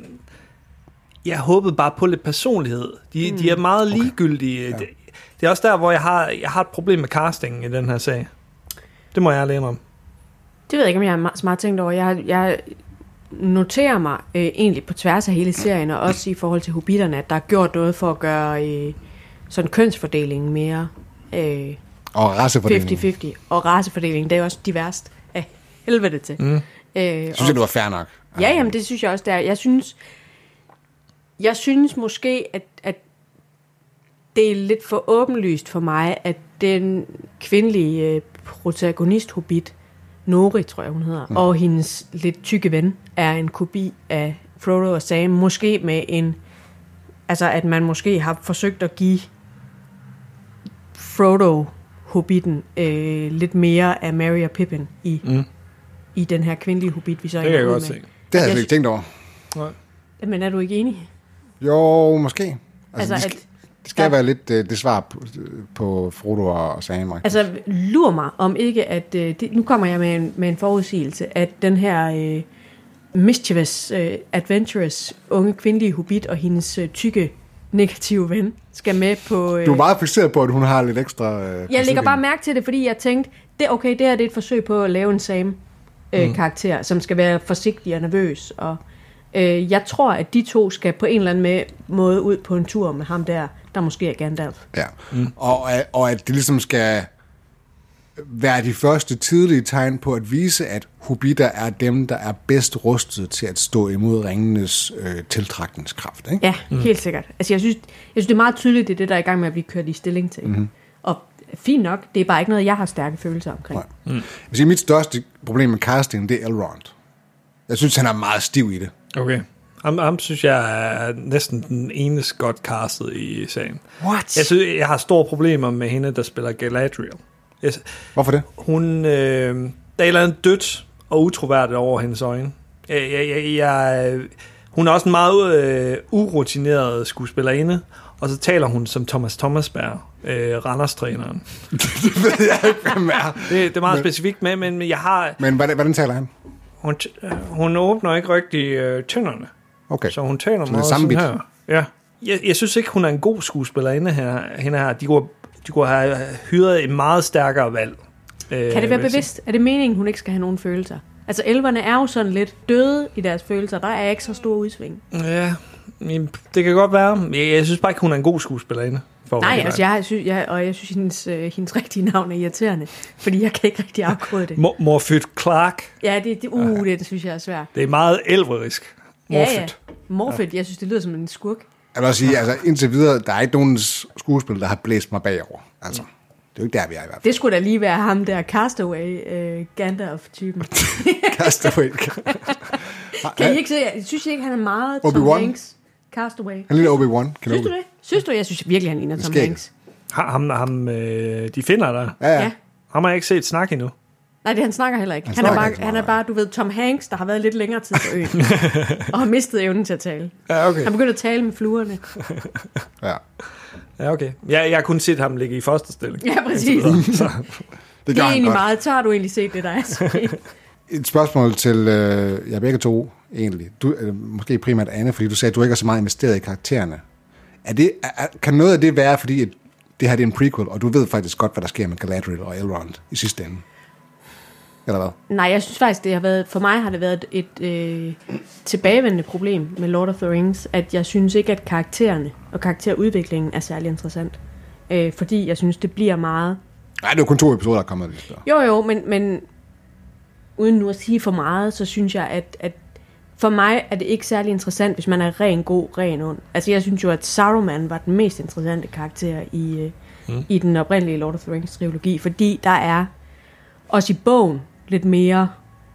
jeg håbede bare på lidt personlighed. De, mm. de er meget ligegyldige. Okay. Ja. Det, det er også der, hvor jeg har, jeg har et problem med castingen i den her sag. Det må jeg alene om. Det ved jeg ikke, om jeg har smart tænkt over. Jeg, jeg noterer mig øh, egentlig på tværs af hele serien, og også i forhold til hobbiterne, at der er gjort noget for at gøre øh, sådan kønsfordelingen mere øh, og racefordelingen. halvtreds halvtreds. Og racefordelingen, det er også diverst af helvede til. Mm. Øh, synes jeg, det var fair nok. Ja, jamen det synes jeg også, det er. Jeg synes, jeg synes måske, at, at det er lidt for åbenlyst for mig, at den kvindelige øh, protagonist hobbit, Nori, tror jeg, hun hedder, mm. og hendes lidt tykke ven, er en kopi af Frodo og Sam. Måske med en... Altså, at man måske har forsøgt at give Frodo-hobbiten øh, lidt mere af Merry og Pippin i, mm. i den her kvindelige hobbit, vi så det kan jeg godt se. Det havde jeg ikke tænkt over. Nej. Men er du ikke enig? Jo, måske. Altså, altså at... Det skal der... være lidt uh, det svar på, på Frodo og Sam. Altså, lur mig om ikke, at... Uh, det, nu kommer jeg med en, med en forudsigelse, at den her uh, mischievous, uh, adventurous, unge kvindelige hobbit og hendes uh, tykke, negative ven skal med på... Uh... Du er meget fixeret på, at hun har lidt ekstra... Uh, jeg lægger bare mærke til det, fordi jeg tænkte, det, okay, det her det er et forsøg på at lave en Sam-karakter, uh, mm. som skal være forsigtig og nervøs. Og uh, jeg tror, at de to skal på en eller anden måde ud på en tur med ham der, der måske er Gandalf. Ja, mm. og, og at det ligesom skal være de første tidlige tegn på at vise, at hobitter er dem, der er bedst rustet til at stå imod ringenes øh, tiltrækningskraft. Ikke? Ja, mm. helt sikkert. Altså, jeg synes, jeg synes, det er meget tydeligt, det er det, der er i gang med at blive kørt i stilling til. Mm-hmm. Og fint nok, det er bare ikke noget, jeg har stærke følelser omkring. Mm. Jeg vil sige, mit største problem med casting, det er Elrond. Jeg synes, han er meget stiv i det. Okay. Ham, ham synes jeg er næsten den eneste godt castet i serien. What? Jeg synes, jeg har store problemer med hende, der spiller Galadriel. Jeg, Hvorfor det? Hun, øh, der er et eller andet dødt og utroværdigt over hendes øjne. Jeg, jeg, jeg, jeg, hun er også en meget øh, urutineret skuespillerinde, og så taler hun som Thomas Thomasberg, øh, Randers-træneren. Det ved jeg ikke, hvem er. Det, det er meget men, specifikt med, men jeg har... Men hvordan, hvordan taler han? Hun, hun åbner ikke rigtig øh, tænderne. Okay. Så hun taler meget sådan bit. Her. Ja. Jeg, jeg synes ikke, hun er en god skuespillerinde her. Hende her. De kunne, de kunne have hyret et meget stærkere valg. Øh, kan det være bevidst? Er det meningen, hun ikke skal have nogen følelser? Altså, elverne er jo sådan lidt døde i deres følelser. Der er ikke så stor udsving. Ja, det kan godt være. Jeg, jeg synes bare ikke, hun er en god skuespillerinde. Nej, altså, jeg synes, jeg, og jeg synes, hendes, øh, hendes rigtige navn er irriterende. Fordi jeg kan ikke rigtig afkode det. Mor- Morfyt Clark. Ja, det, det, uh, det, det synes jeg er svært. Det er meget elverisk. Morfyt. Ja, ja. Morfyt, jeg synes, det lyder som en skurk. Jeg vil også sige, altså indtil videre, der er ikke nogen skuespil, der har blæst mig bagover. Altså, det er jo ikke der, vi er i hvert fald. Det skulle da lige være ham der, Castaway, uh, Gandalf-typen. Castaway. Kan I ikke se, jeg synes ikke, han er meget Obi-Wan. Tom Hanks. Castaway. Han ligner Obi-Wan. Synes du det? Synes du? Jeg synes virkelig, han ligner Tom Hanks. Ham, ham øh, de finder der. Ja, ja. ja. Ham har jeg ikke set snakke endnu. Nej, det han snakker heller ikke. Han, han, han, er bare, ikke han er bare, du ved, Tom Hanks, der har været lidt længere tid på øen. Og har mistet evnen til at tale. Ja, okay. Han begynder at tale med fluerne. Ja. Ja, okay. Jeg, jeg har kun set ham ligge i fosterstilling. Ja, præcis. det, det er egentlig godt. Meget. Så har du egentlig set det, der er så et spørgsmål til øh, jer begge to, egentlig. Du, øh, måske primært Anne, fordi du sagde, at du ikke er så meget investeret i karaktererne. Er det, er, kan noget af det være, fordi et, det her det er en prequel, og du ved faktisk godt, hvad der sker med Galadriel og Elrond i sidste ende? Eller hvad? Nej, jeg synes faktisk, det har været, for mig har det været et, et øh, tilbagevendende problem med Lord of the Rings, at jeg synes ikke, at karaktererne og karakterudviklingen er særlig interessant. Øh, fordi jeg synes, det bliver meget... Nej, det er jo kun to episoder, der er kommet lidt. Jo, jo, men, men uden nu at sige for meget, så synes jeg, at, at for mig er det ikke særlig interessant, hvis man er ren god, ren ond. Altså, jeg synes jo, at Saruman var den mest interessante karakter i, mm. i den oprindelige Lord of the Rings-trilogi, fordi der er også i bogen lidt mere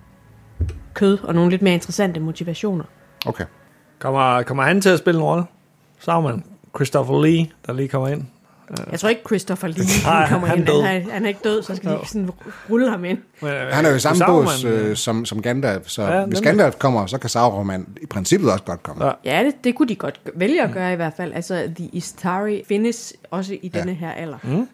kød og nogle lidt mere interessante motivationer. Okay. Kommer, kommer han til at spille en rolle? Saruman. Christopher Lee, der lige kommer ind. Jeg tror ikke, Christopher Lee Nej, kommer han ind. Han er, han er ikke død, så skal de sådan rulle ham ind. Han er jo i samme bås øh, som, som Gandalf, så ja, hvis Gandalf kommer, så kan Sauron i princippet også godt komme. Ja, ja det, det kunne de godt vælge at gøre i hvert fald. Altså, The Istari findes også i ja. denne her alder. Mm.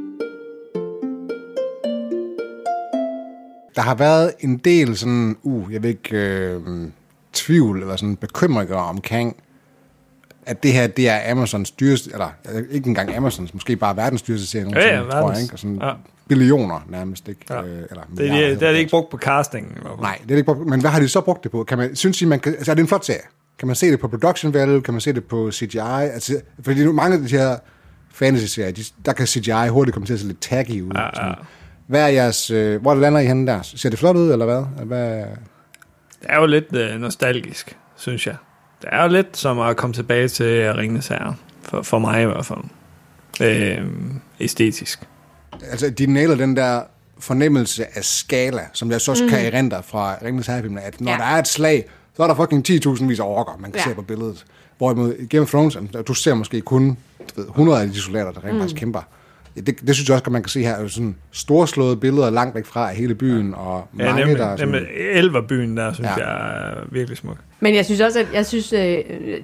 Der har været en del sådan, uh, jeg ved ikke, øh, tvivl eller sådan bekymringer omkring at det her, det er Amazons dyreste, eller ikke engang Amazons, måske bare verdens dyreste serie nogensinde, ja, ja, tror jeg, ikke? Og sådan ja. billioner nærmest, ikke? Ja. Øh, eller det, det, det er det ikke brugt på castingen. Nej, det er det ikke brugt, men hvad har de så brugt det på? Kan man, synes I, man kan, altså er det en flot serie? Kan man se det på production value? Kan man se det på C G I? Altså, fordi mange af de her fantasy-serier, de, der kan C G I hurtigt komme til at se lidt tacky ud. Ja, ja. Hvad er jeres, øh, hvor lander I henne der? Ser det flot ud, eller hvad? hvad? Det er jo lidt øh, nostalgisk, synes jeg. Det er jo lidt som at komme tilbage til Ringenes Herre. For, for mig i hvert fald. Øh, æstetisk. Altså, de nailer den der fornemmelse af skala, som jeg så også mm. kan erindre fra Ringenes Herre-filmen, at når ja. der er et slag, så er der fucking ti tusind vis af orker, man kan ja. se på billedet. Hvorimod Game of Thrones, du ser måske kun du ved, hundrede af de soldater, der rent mm. faktisk kæmper. Det, det synes jeg også, at man kan se her, sådan storslåede billeder langt væk fra hele byen, og ja, mange, nemlig, der er sådan... Nemlig Elverbyen, der synes ja. jeg er virkelig smuk. Men jeg synes også, at jeg synes, øh,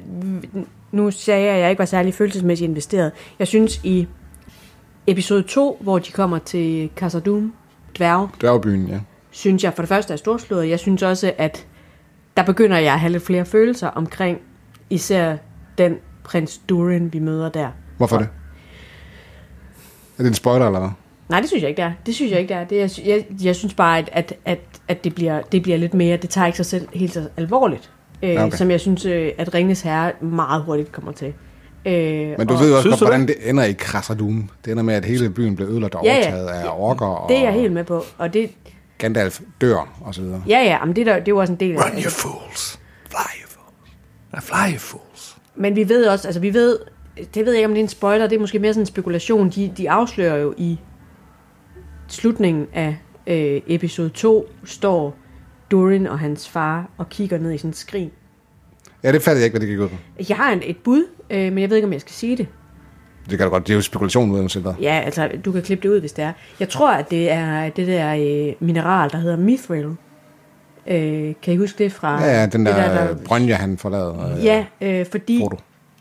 nu sagde jeg, at jeg ikke var særlig følelsesmæssigt investeret. Jeg synes i episode to, hvor de kommer til Khazad-dûm, dværge, Dværgebyen, ja. synes jeg for det første er storslået. Jeg synes også, at der begynder jeg at have lidt flere følelser omkring især den prins Durin, vi møder der. Hvorfor det? Er det en spoiler, eller hvad? Nej, det synes jeg ikke, det er. Det synes jeg ikke, det er. Det, jeg, jeg, jeg synes bare, at, at, at, at det, bliver, det bliver lidt mere... Det tager ikke sig selv helt så alvorligt. Øh, okay. Som jeg synes, at Ringenes Herre meget hurtigt kommer til. Øh, Men du ved jo også godt, hvordan det ender i Khazad-dûm. Det ender med, at hele byen bliver ødelagt og ja, ja. overtaget af orker. Og det er jeg helt med på. Og det... Gandalf dør, og så videre. Ja, ja, men det, der, det er jo også en del af Run, you fools. Fly, you fools. Fly, you fools. Men vi ved også, altså vi ved... Det ved jeg ikke, om det er en spoiler. Det er måske mere sådan en spekulation. De, de afslører jo i slutningen af øh, episode to, står Durin og hans far og kigger ned i sådan en skrin. Ja, det fatter jeg ikke, hvad det gik ud på. Jeg har et bud, øh, men jeg ved ikke, om jeg skal sige det. Det kan du godt. Det er jo spekulation ud af sig, hvad? Ja, altså, du kan klippe det ud, hvis det er. Jeg tror, at det er det der øh, mineral, der hedder mithril. Øh, kan I huske det fra... Ja, ja, den der, det der, der brønje, han forlader. Øh, ja, øh, fordi... Foto.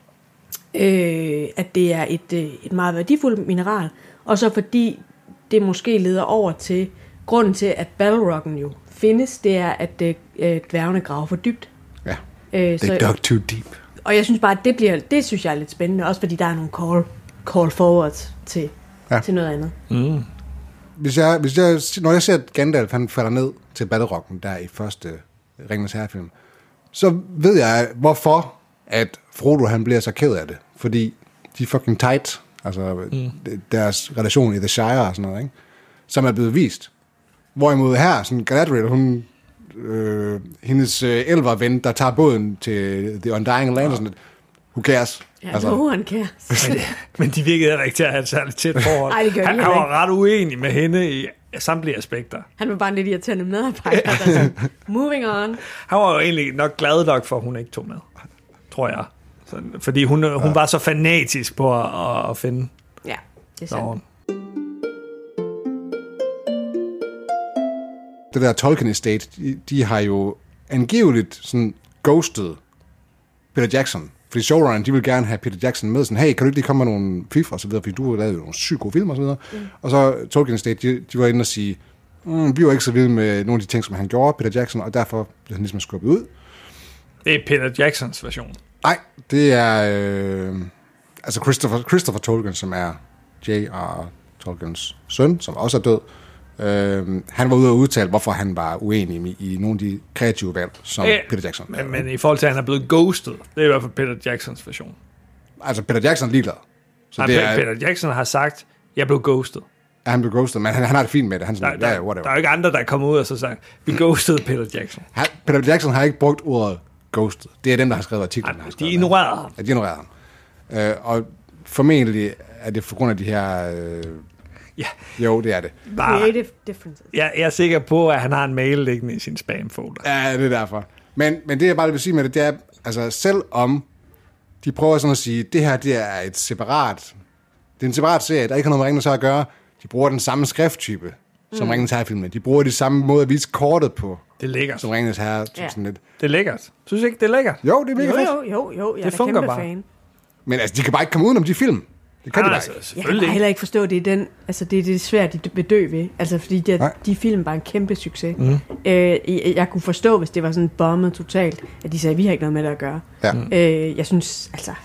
Øh, at det er et, øh, et meget værdifuldt mineral. Og så fordi det måske leder over til... Grunden til, at Balrogen jo findes, det er, at øh, dværgene graver for dybt. Ja, øh, they dug too deep. Og jeg synes bare, at det, bliver, det synes jeg er lidt spændende. Også fordi der er nogle call, call forwards til, ja. til noget andet. Mm. Hvis jeg, hvis jeg, når jeg ser, at Gandalf han falder ned til Balrogen der i første Ringenes Herre-film, så ved jeg, hvorfor at Frodo han bliver så ked af det. Fordi de er fucking tight. Altså mm. deres relation i The Shire og sådan noget, ikke? Som er blevet vist. Hvorimod her, sådan Galadriel, hun, øh, hendes øh, elverven, der tager båden til The Undying Land og sådan noget, who cares? Ja, altså, no one cares. men, men de virkede ikke til at have et særligt tæt forhold. Ej, det gør han, de han var ret uenig med hende i samtlige aspekter. Han var bare en lidt irriterende medarbejder. Der sådan, moving on. Han var jo egentlig nok glad nok for, at hun ikke tog med, tror jeg. Så, fordi hun, hun ja. var så fanatisk på at, at finde. Ja, det er sandt. Det der Tolkien Estate, de, de har jo angiveligt sådan ghostet Peter Jackson. Fordi showrunneren, de vil gerne have Peter Jackson med, sådan, hey, kan du ikke lige komme med nogle fif og så videre, fordi du har lavet nogle sygt gode film og så videre. Mm. Og så Tolkien Estate, de, de var inde og sige, mm, vi var ikke så vilde med nogle af de ting, som han gjorde, Peter Jackson, og derfor blev han ligesom skubbet ud. Det er Peter Jacksons version. Nej, det er øh, altså Christopher, Christopher Tolkien, som er J R Tolkiens søn, som også er død. Øh, han var ude og udtale, hvorfor han var uenig i, i nogle af de kreative valg, som ja, Peter Jackson. Men, men i forhold til, at han er blevet ghostet, det er i hvert fald Peter Jacksons version. Altså, Peter Jackson er ligeglad. Så Nej, det er, Peter Jackson har sagt, jeg blev ghostet. Ja, han blev ghostet, men han, han har det fint med det. Han sådan, der, ja, der, whatever. der er jo ikke andre, der er kommet ud og så sagt, vi ghostede Peter Jackson. Han, Peter Jackson har ikke brugt ordet ghostet. Det er dem, der har skrevet artiklen. Nej, de ignorerede ham. Ja, de ignorerede ham. Øh, og formentlig er det for grund af de her... Øh, ja. Jo, det er det. Bare, creative differences. Jeg, jeg er sikker på, at han har en mail liggende i sin spam-folder. Ja, det er derfor. Men, men det, jeg bare vil sige med det, det er, altså selvom de prøver sådan at sige, det her, det er et separat... Det er en separat serie, der ikke har noget med Ringenes Herre at gøre. De bruger den samme skrifttype som mm. Ringenes Herre-filmene. De bruger de samme måde at vise kortet på. Det er lækkert. Som Ringenes Herre. Ja. Sådan lidt. Det er lækkert. Synes du ikke, det er lækkert? Jo, det er mega jo, fedt. Jo, jo, jo. Jeg det er fungerer kæmpe bare. Fan. Men altså, de kan bare ikke komme udenom de film. Det kan ah, de bare altså, ikke. Jeg kan bare heller ikke forstå, det er den, altså det er det svært, de vil dø ved. Altså fordi de, de film var en kæmpe succes. Mm. Øh, jeg, jeg kunne forstå, hvis det var sådan bommet totalt, at de sagde, vi har ikke noget med det at gøre. Ja. Øh, jeg synes, altså,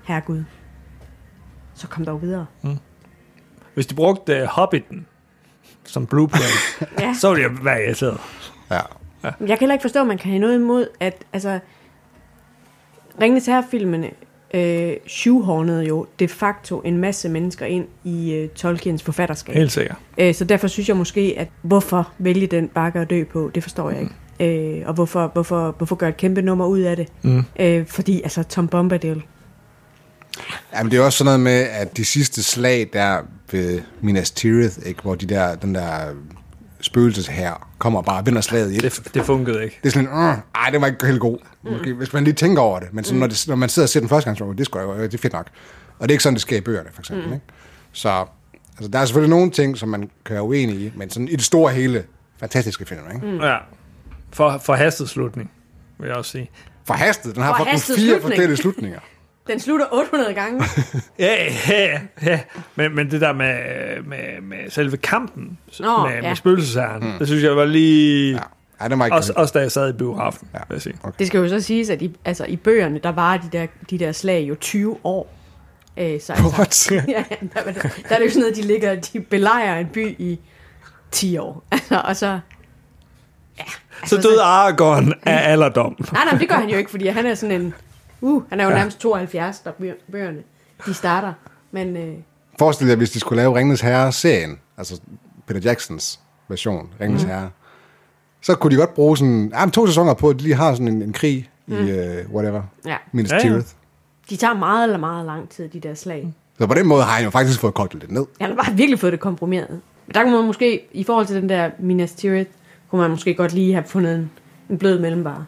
herregud. Så kom dog videre. Mm. Hvis de brugte uh, Hobbiten som blueprint, ja. så ville jeg være irriteret. Ja. Ja. Jeg kan heller ikke forstå, at man kan have noget imod, at altså, Ringenes Herre-filmene øh, shoehornede jo de facto en masse mennesker ind i øh, Tolkiens forfatterskab. Helt sikkert. Øh, så derfor synes jeg måske, at hvorfor vælge den bakke at dø på, det forstår jeg ikke. Øh, og hvorfor, hvorfor, hvorfor gøre et kæmpe nummer ud af det? Mm. Øh, fordi altså Tom Bombadil. Jamen det er også sådan noget med, at de sidste slag der ved Minas Tirith, ikke, hvor de der, den der spøgelses her kommer bare og vinder slaget i. Det, det fungerede ikke. Det er sådan, øh, ej, det var ikke helt god. Måske, mm. hvis man lige tænker over det. Men sådan, mm. når, det, når man sidder og ser den første gang, så det, jo, det er fedt nok. Og det er ikke sådan, det sker i bøgerne, for eksempel. Mm. Ikke? Så altså, der er selvfølgelig nogle ting, som man kan være uenig i, men sådan i det store hele, fantastiske film, ikke? Mm. Ja. For, forhastet slutning, vil jeg også sige. Forhastet? Den har fået fire slutning. forskellige slutninger. Den slutter otte hundrede gange. ja, ja, ja. Men, men det der med, med, med selve kampen, oh, med, ja. med spøgelsesherren, mm. det synes jeg var lige... Ja. Ja, det var ikke også, også da jeg sad i biografen, ja. vil jeg sige. Okay. Det skal jo så siges, at i, altså, i bøgerne, der var de der, de der slag jo tyve år. Æh, så altså, ja, der, der, der er det jo sådan noget, de ligger, de belejrer en by i ti år. Altså, og så... Ja, altså, så døde Aragorn af alderdom. Nej, nej, det gør han jo ikke, fordi han er sådan en... Uh, han er jo ja. nærmest tooghalvfjerds, der bøgerne, de starter. Men, øh... Forestil jer, hvis de skulle lave Ringenes Herre-serien, altså Peter Jacksons version, Ringenes mm. Herre, så kunne de godt bruge sådan, ja, to sæsoner på, at de lige har sådan en, en krig mm. i uh, whatever, ja. Minas Tirith. Ja, ja. De tager meget eller meget lang tid, de der slag. Så på den måde har han jo faktisk fået kortet lidt ned. Han har bare virkelig fået det komprimeret. Men der kunne man måske, i forhold til den der Minas Tirith, kunne man måske godt lige have fundet en, en blød mellemvare.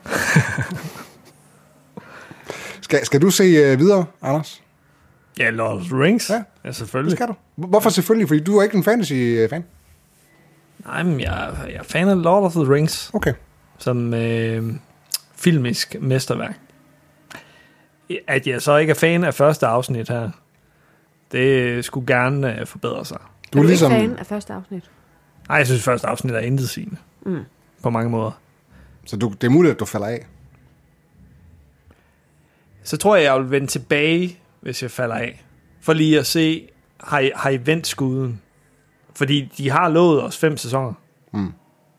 Skal, skal du se uh, videre, Anders? Ja, Lord of the Rings. Ja, ja selvfølgelig. Det skal du. Hvorfor selvfølgelig? Fordi du er ikke en fantasy-fan. Nej, men jeg, jeg er fan af Lord of the Rings. Okay. Som øh, filmisk mesterværk. At jeg så ikke er fan af første afsnit her, det skulle gerne øh, forbedre sig. Du er, er du ligesom... ikke fan af første afsnit? Nej, jeg synes, første afsnit er intetsigende. Mm. På mange måder. Så du, det er muligt, at du falder af? Så tror jeg, jeg vil vende tilbage, hvis jeg falder af. For lige at se, har I, har I vendt skuden? Fordi de har lovet os fem sæsoner. Mm.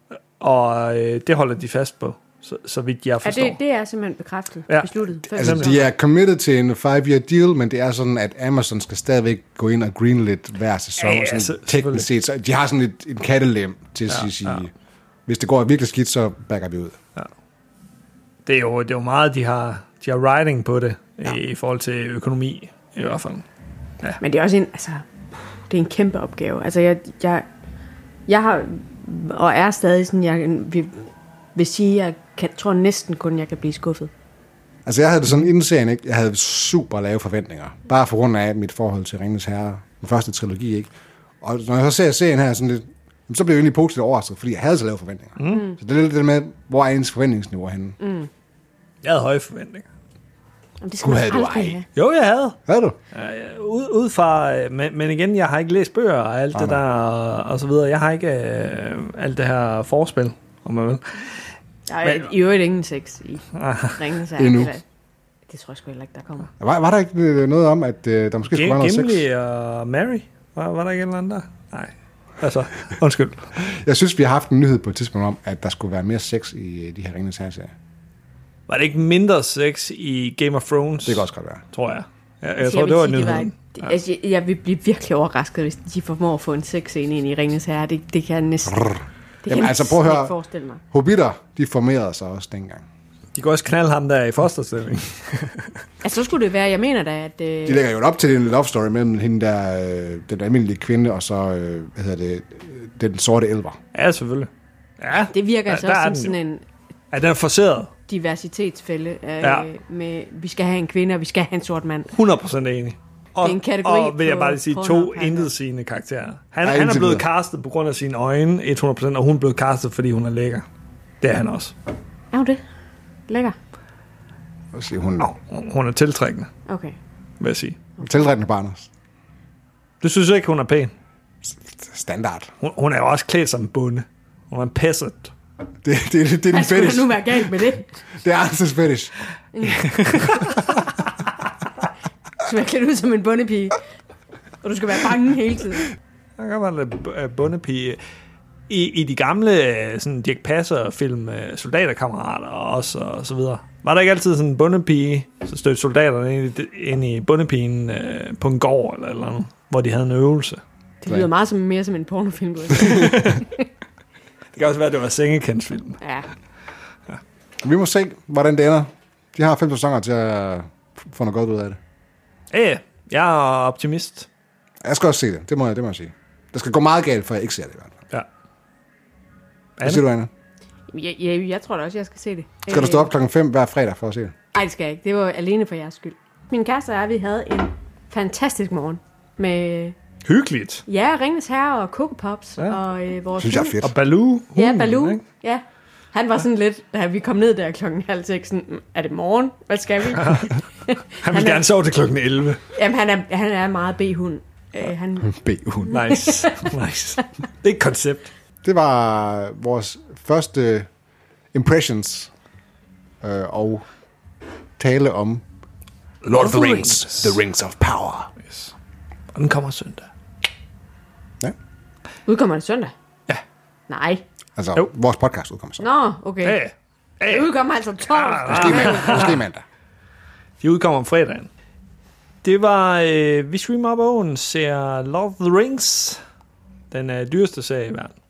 Og øh, det holder de fast på, så, så vidt jeg forstår. Ja, det, det er simpelthen bekræftet, ja. besluttet. Altså, de er committed til en five-year deal, men det er sådan, at Amazon skal stadigvæk gå ind og greenlit hver sæson. Ja, ja, sådan, så, teknisk set, så de har sådan et, et kattelem til at ja, sige, ja. hvis det går virkelig skidt, så backer vi ud. Ja. Det, er jo, det er jo meget, de har, de har writing på det, ja. i, i forhold til økonomi, i hvert fald. Ja. Men det er også en, altså, det er en kæmpe opgave. Altså, jeg, jeg, jeg har, og er stadig sådan, jeg vil, vil sige, jeg kan, tror næsten kun, jeg kan blive skuffet. Altså, jeg havde det sådan inden serien, ikke? Jeg havde super lave forventninger. Bare for grund af mit forhold til Ringenes Herre, den første trilogi, ikke? Og når jeg så ser serien her, sådan lidt, så blev jeg egentlig positivt overrasket, fordi jeg havde så lave forventninger. Mm. Så det er lidt det med, hvor er ens forventningsniveau henne? Mm. Jeg havde høje forventninger. Det skulle havde du ej. Jo, jeg havde. Havde du? Ja, ud, ud fra, men, men igen, jeg har ikke læst bøger og alt ah, det der, og, og så videre. Jeg har ikke øh, alt det her forspil, om man vil. Der er i øvrigt ingen sex i Ringenes Herre. Endnu. Det tror jeg sgu heller ikke, der kommer. Var, var der ikke noget om, at øh, der måske skulle være noget sex? Gimli og Mary? Var, var der ikke en eller anden der? Nej. Altså, undskyld. Jeg synes, vi har haft en nyhed på et tidspunkt om, at der skulle være mere sex i de her Ringenes Herre-serier. Var det ikke mindre sex i Game of Thrones? Det kan også godt være. Tror jeg. Jeg, jeg, jeg tror, det var nyheden. Ja. Altså, jeg, jeg vil blive virkelig overrasket, hvis de formår at få en sexscene ind i Ringenes Herre. Det, det kan jeg næsten, det kan Jamen, altså, prøv at høre. Forestille mig. Hobitter, de formerede sig også dengang. De kan også knalde ham der i fosterstilling. Altså, så skulle det være, jeg mener da, at... Øh... De lægger jo op til en love story mellem hende der, øh, den almindelige kvinde, og så, øh, hvad hedder det, den sorte elver. Ja, selvfølgelig. Ja, det virker altså også som sådan en... Ja, den er forceret. Diversitetsfælde. Øh, ja. Med, vi skal have en kvinde, og vi skal have en sort mand. hundrede procent enig. Og, det er en kategori og vil jeg bare lige sige, to intetsigende karakterer. Han, han er blevet castet på grund af sine øjne, hundrede procent, og hun er blevet castet, fordi hun er lækker. Det er han også. Er hun det? Lækker? Sige, hun... Oh, hun er tiltrækkende. Okay. Vil jeg sige. Tiltrækkende på Anders. Du synes ikke, hun er pæn? Standard. Hun, hun er jo også klædt som en bonde. Hun er en peasant. Det, det, det, det er din fetish. Hvad skulle nu være galt med det? Det er Anders' fetish. skal være klædt ud som en bondepige. Og du skal være bange hele tiden. Der kan være lidt bondepige. I, I de gamle sådan Dirch Passer-film, Soldaterkammerater og også, og så videre. Var der ikke altid sådan en bondepige, så stødte soldaterne ind i, ind i bondepigen øh, på en gård eller eller andet, hvor de havde en øvelse? Det lyder meget som, mere som en pornofilm. Det kan også være, at det var sengekantsfilm. Ja. Ja. Vi må se, hvordan det ender. De har fem sæsoner til at få noget godt ud af det. Ja, jeg er optimist. Jeg skal også se det, det må jeg, det må jeg sige. Der skal gå meget galt, for jeg ikke ser det i hvert fald. Ja. Hvad siger du, Anna? Jeg, jeg, jeg tror da også, jeg skal se det. Skal du stå op klokken fem hver fredag for at se det? Nej, det skal jeg ikke. Det var alene for jeres skyld. Min kæreste og jeg, vi havde en fantastisk morgen. Med Hyggeligt. ja, Ringenes Herre og Coco Pops. Ja. Og øh, vores Synes jeg er hund. fedt. Og Baloo. Ja, hunden, Baloo. ikke? Ja. Han var sådan lidt, da vi kom ned der klokken halv seks, sådan, er det morgen? Hvad skal vi? Han vil Han er- gerne sove til klokken elleve. Jamen, han er, han er meget B-hund. Øh, han, B-hund. Nice. Nice. Det er et koncept. Det var vores første impressions øh, og tale om Lord of the Rings, The Rings of Power. Yes. Og den kommer søndag. Ja. udkommer det søndag? Ja. Nej. Altså, Jo. vores podcast udkommer så. Nå, okay. Ja, ja. Det udkommer altså torsdag. Måske mandag. Måske mandag. De udkommer om fredagen. Det var, øh, vi streamer op oven, ser Lord of the Rings. Den øh, dyreste serie i verden.